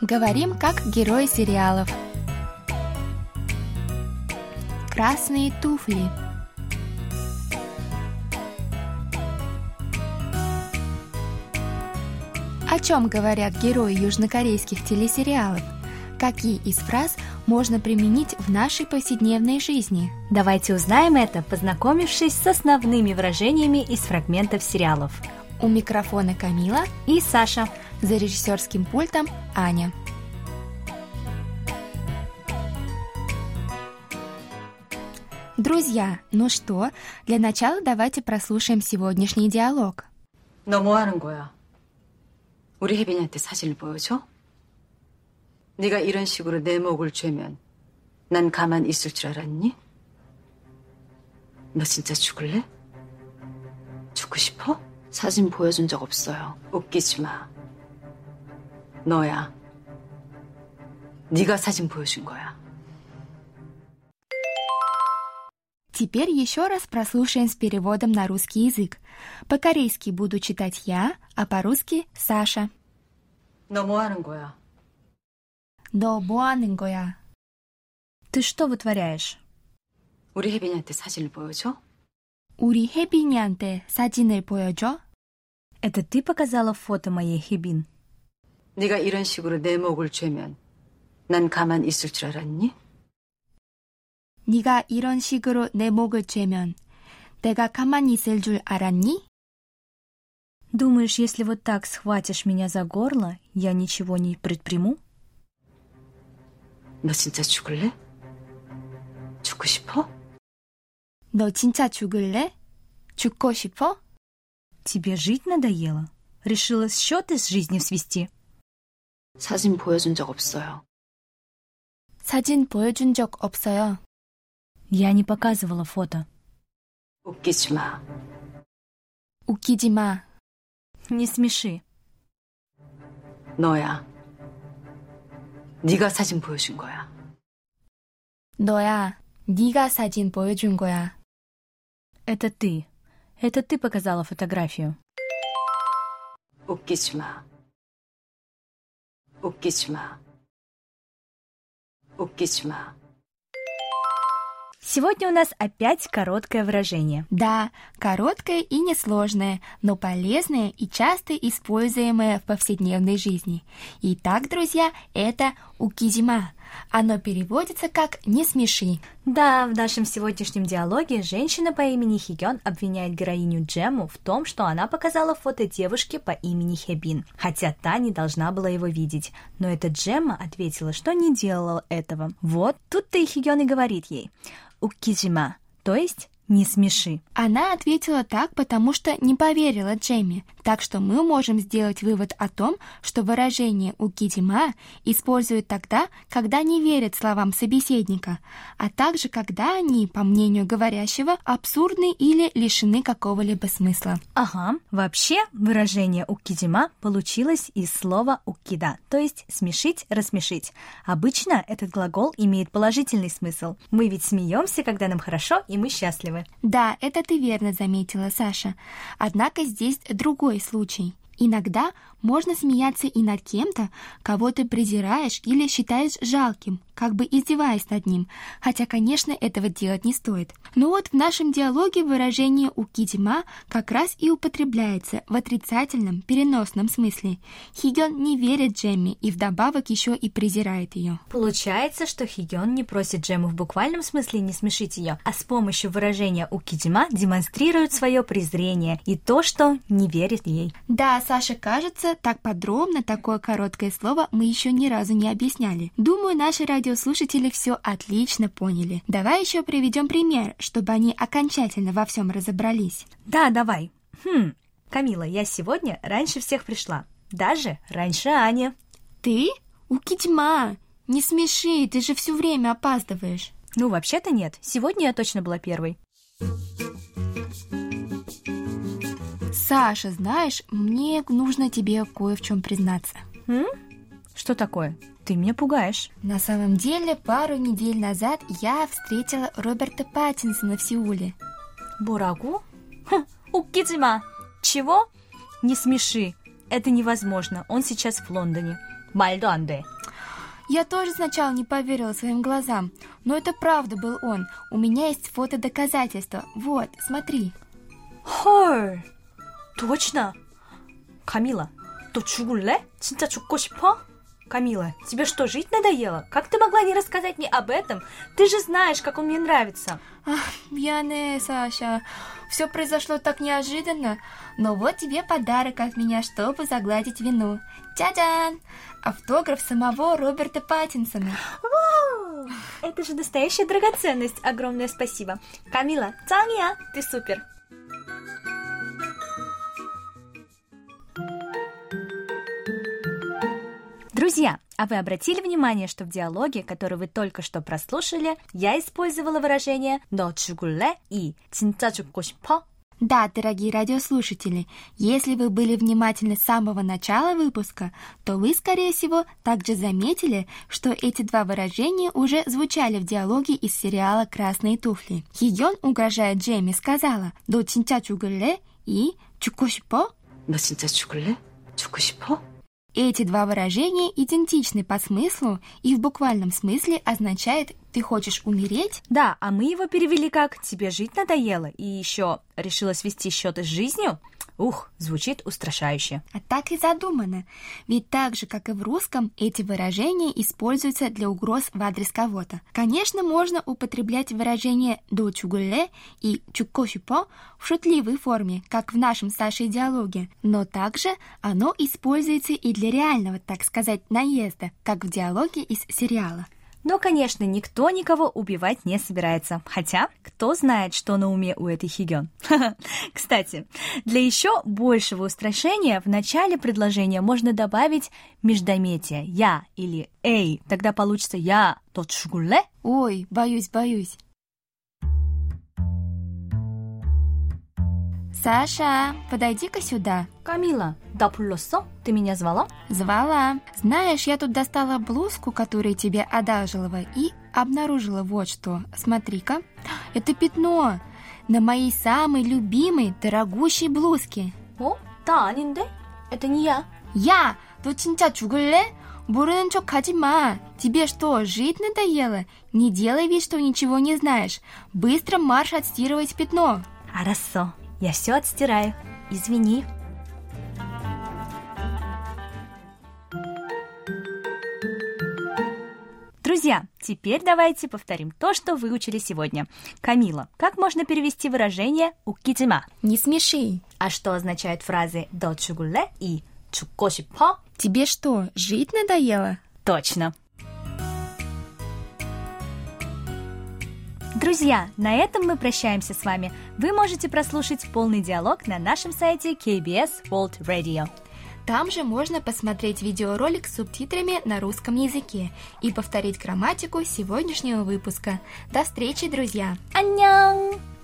Говорим как герои сериалов. Красные туфли. О чем говорят герои южнокорейских телесериалов? Какие из фраз можно применить в нашей повседневной жизни? Давайте узнаем это, познакомившись с основными выражениями из фрагментов сериалов. У микрофона Камила и Саша. За режиссерским пультом Аня. Друзья, ну что, для начала давайте прослушаем сегодняшний диалог. 너 뭐 하는 거야? 우리 혜빈이한테 사진을 보여줘? 네가 이런 식으로 내 목을 죄면 난 가만 있을 줄 알았니? 너 진짜 죽을래? 죽고 싶어? 사진 보여준 적 없어요. 웃기지 마. 너야. 네가 사진 보여준 거야. Теперь еще раз прослушаем с переводом на русский язык. По-корейски буду читать я, а по-русски Саша. 너 뭐 하는 거야? 너 뭐 하는 거야? Ты что вытворяешь? 우리 혜빈이한테 사진을 보여줘? 우리 혜빈이한테 사진을 보여줘? Это ты показала фото моей Хебин? 네가 이런 식으로 내 목을 죄면 난 가만 있을 줄 알았니? 네가 이런 식으로 내 목을 죄면 내가 가만히 있을 줄 알았니? Думаешь, если вот так схватишь меня за горло, я ничего не предприму? 너 진짜 죽을래? 죽고 싶어? 너 진짜 죽을래? 죽고 싶어? Тебе жить надоело? Решила счеты с жизнью свести? 사진 보여준 적 없어요. 사진 보여준 적 없어요. Я не показывала фото. 웃기지 마. 웃기지 마. Не смеши. 너야. 네가 사진 보여준 거야. 너야. 네가 사진 보여준 거야. Это ты. Это ты показала фотографию. 웃기지 마. 웃기지 마. 웃기지 마. Сегодня у нас опять короткое выражение. Да, короткое и несложное, но полезное и часто используемое в повседневной жизни. Итак, друзья, это «укизима». Оно переводится как «не смеши». Да, в нашем сегодняшнем диалоге женщина по имени Хигён обвиняет героиню Джему в том, что она показала фото девушки по имени Хебин, хотя та не должна была его видеть. Но эта Джемма ответила, что не делала этого. Вот тут-то и Хигён и говорит ей «укизима», то есть «не смеши». Она ответила так, потому что не поверила Джемме. Так что мы можем сделать вывод о том, что выражение «укидима» используют тогда, когда не верят словам собеседника, а также когда они, по мнению говорящего, абсурдны или лишены какого-либо смысла. Ага, вообще выражение «укидима» получилось из слова «укида», то есть смешить, рассмешить. Обычно этот глагол имеет положительный смысл. Мы ведь смеемся, когда нам хорошо и мы счастливы. Да, это ты верно заметила, Саша. Однако здесь другой случай. Иногда можно смеяться и над кем-то, кого ты презираешь или считаешь жалким, как бы издеваясь над ним, хотя, конечно, этого делать не стоит. Но вот в нашем диалоге выражение «укидима» как раз и употребляется в отрицательном, переносном смысле. Хигён не верит Джемме и вдобавок еще и презирает ее. Получается, что Хигён не просит Джему в буквальном смысле не смешить ее, а с помощью выражения «укидима» демонстрирует свое презрение и то, что не верит ей. Да, Саша, кажется, так подробно такое короткое слово мы еще ни разу не объясняли. Думаю, наши радиослушатели все отлично поняли. Давай еще приведем пример, чтобы они окончательно во всем разобрались. Да, давай. Камила, я сегодня раньше всех пришла. Даже раньше Ани. Ты? Укидьма! Не смеши, ты же все время опаздываешь. Ну, вообще-то нет. Сегодня я точно была первой. Саша, знаешь, мне нужно тебе кое в чем признаться. Что такое? Ты меня пугаешь. На самом деле, пару недель назад я встретила Роберта Паттинсона в Сеуле. Бурагу? Укидзима. Чего? Не смеши. Это невозможно. Он сейчас в Лондоне. 말도 안 돼. Я тоже сначала не поверила своим глазам, но это правда был он. У меня есть фотодоказательства. Вот, смотри. 헐, точно? Камила, 너 죽을래? 진짜 죽고 싶어? Камила, тебе что, жить надоело? Как ты могла не рассказать мне об этом? Ты же знаешь, как он мне нравится. Ах, Яне, Саша, все произошло так неожиданно. Но вот тебе подарок от меня, чтобы загладить вину. Тя-дян! Автограф самого Роберта Паттинсона. Вау! Это же настоящая драгоценность. Огромное спасибо. Камила, 짱이야, ты супер. Друзья, а вы обратили внимание, что в диалоге, который вы только что прослушали, я использовала выражение «너 죽을래?» и «진짜 죽고 싶어?» Да, дорогие радиослушатели, если вы были внимательны с самого начала выпуска, то вы, скорее всего, также заметили, что эти два выражения уже звучали в диалоге из сериала «Красные туфли». Хигён, угрожая Джейми, сказала «너 진짜 죽을래?» и «죽고 싶어?» 너 진짜 죽을래? 죽고 싶어? Эти два выражения идентичны по смыслу и в буквальном смысле означает «ты хочешь умереть?» Да, а мы его перевели как «тебе жить надоело» и еще решила свести счеты с жизнью. Ух, звучит устрашающе. А так и задумано. Ведь так же, как и в русском, эти выражения используются для угроз в адрес кого-то. Конечно, можно употреблять выражение «너 죽을래?» и «죽고 싶어» в шутливой форме, как в нашем с Сашей диалоге, но также оно используется и для реального, так сказать, наезда, как в диалоге из сериала. Но, конечно, никто никого убивать не собирается. Хотя, кто знает, что на уме у этой Хигён. Кстати, для еще большего устрашения в начале предложения можно добавить междометие «я» или «эй». Тогда получится «я, 너 죽을래?» Ой, боюсь. Саша, подойди-ка сюда. Камила, 나 불렀어? Ты меня звала? Звала. Знаешь, я тут достала блузку, которую тебе одалжила, и обнаружила вот что. Смотри-ка, это пятно на моей самой любимой, дорогущей блузке. О, 나 아닌데? Это не я. Я! 너 진짜 죽을래? 모르는 척 하지 마. Тебе что, жить надоело? Не делай вид, что ничего не знаешь. Быстро марш отстирывать пятно. 알았어. Я все отстираю. Извини. Друзья, теперь давайте повторим то, что выучили сегодня. Камила, как можно перевести выражение «웃기지 마»? Не смеши. А что означают фразы «너 죽을래?» и «죽고 싶어»? Тебе что, жить надоело? Точно. Друзья, на этом мы прощаемся с вами. Вы можете прослушать полный диалог на нашем сайте KBS World Radio. Там же можно посмотреть видеоролик с субтитрами на русском языке и повторить грамматику сегодняшнего выпуска. До встречи, друзья! 안녕!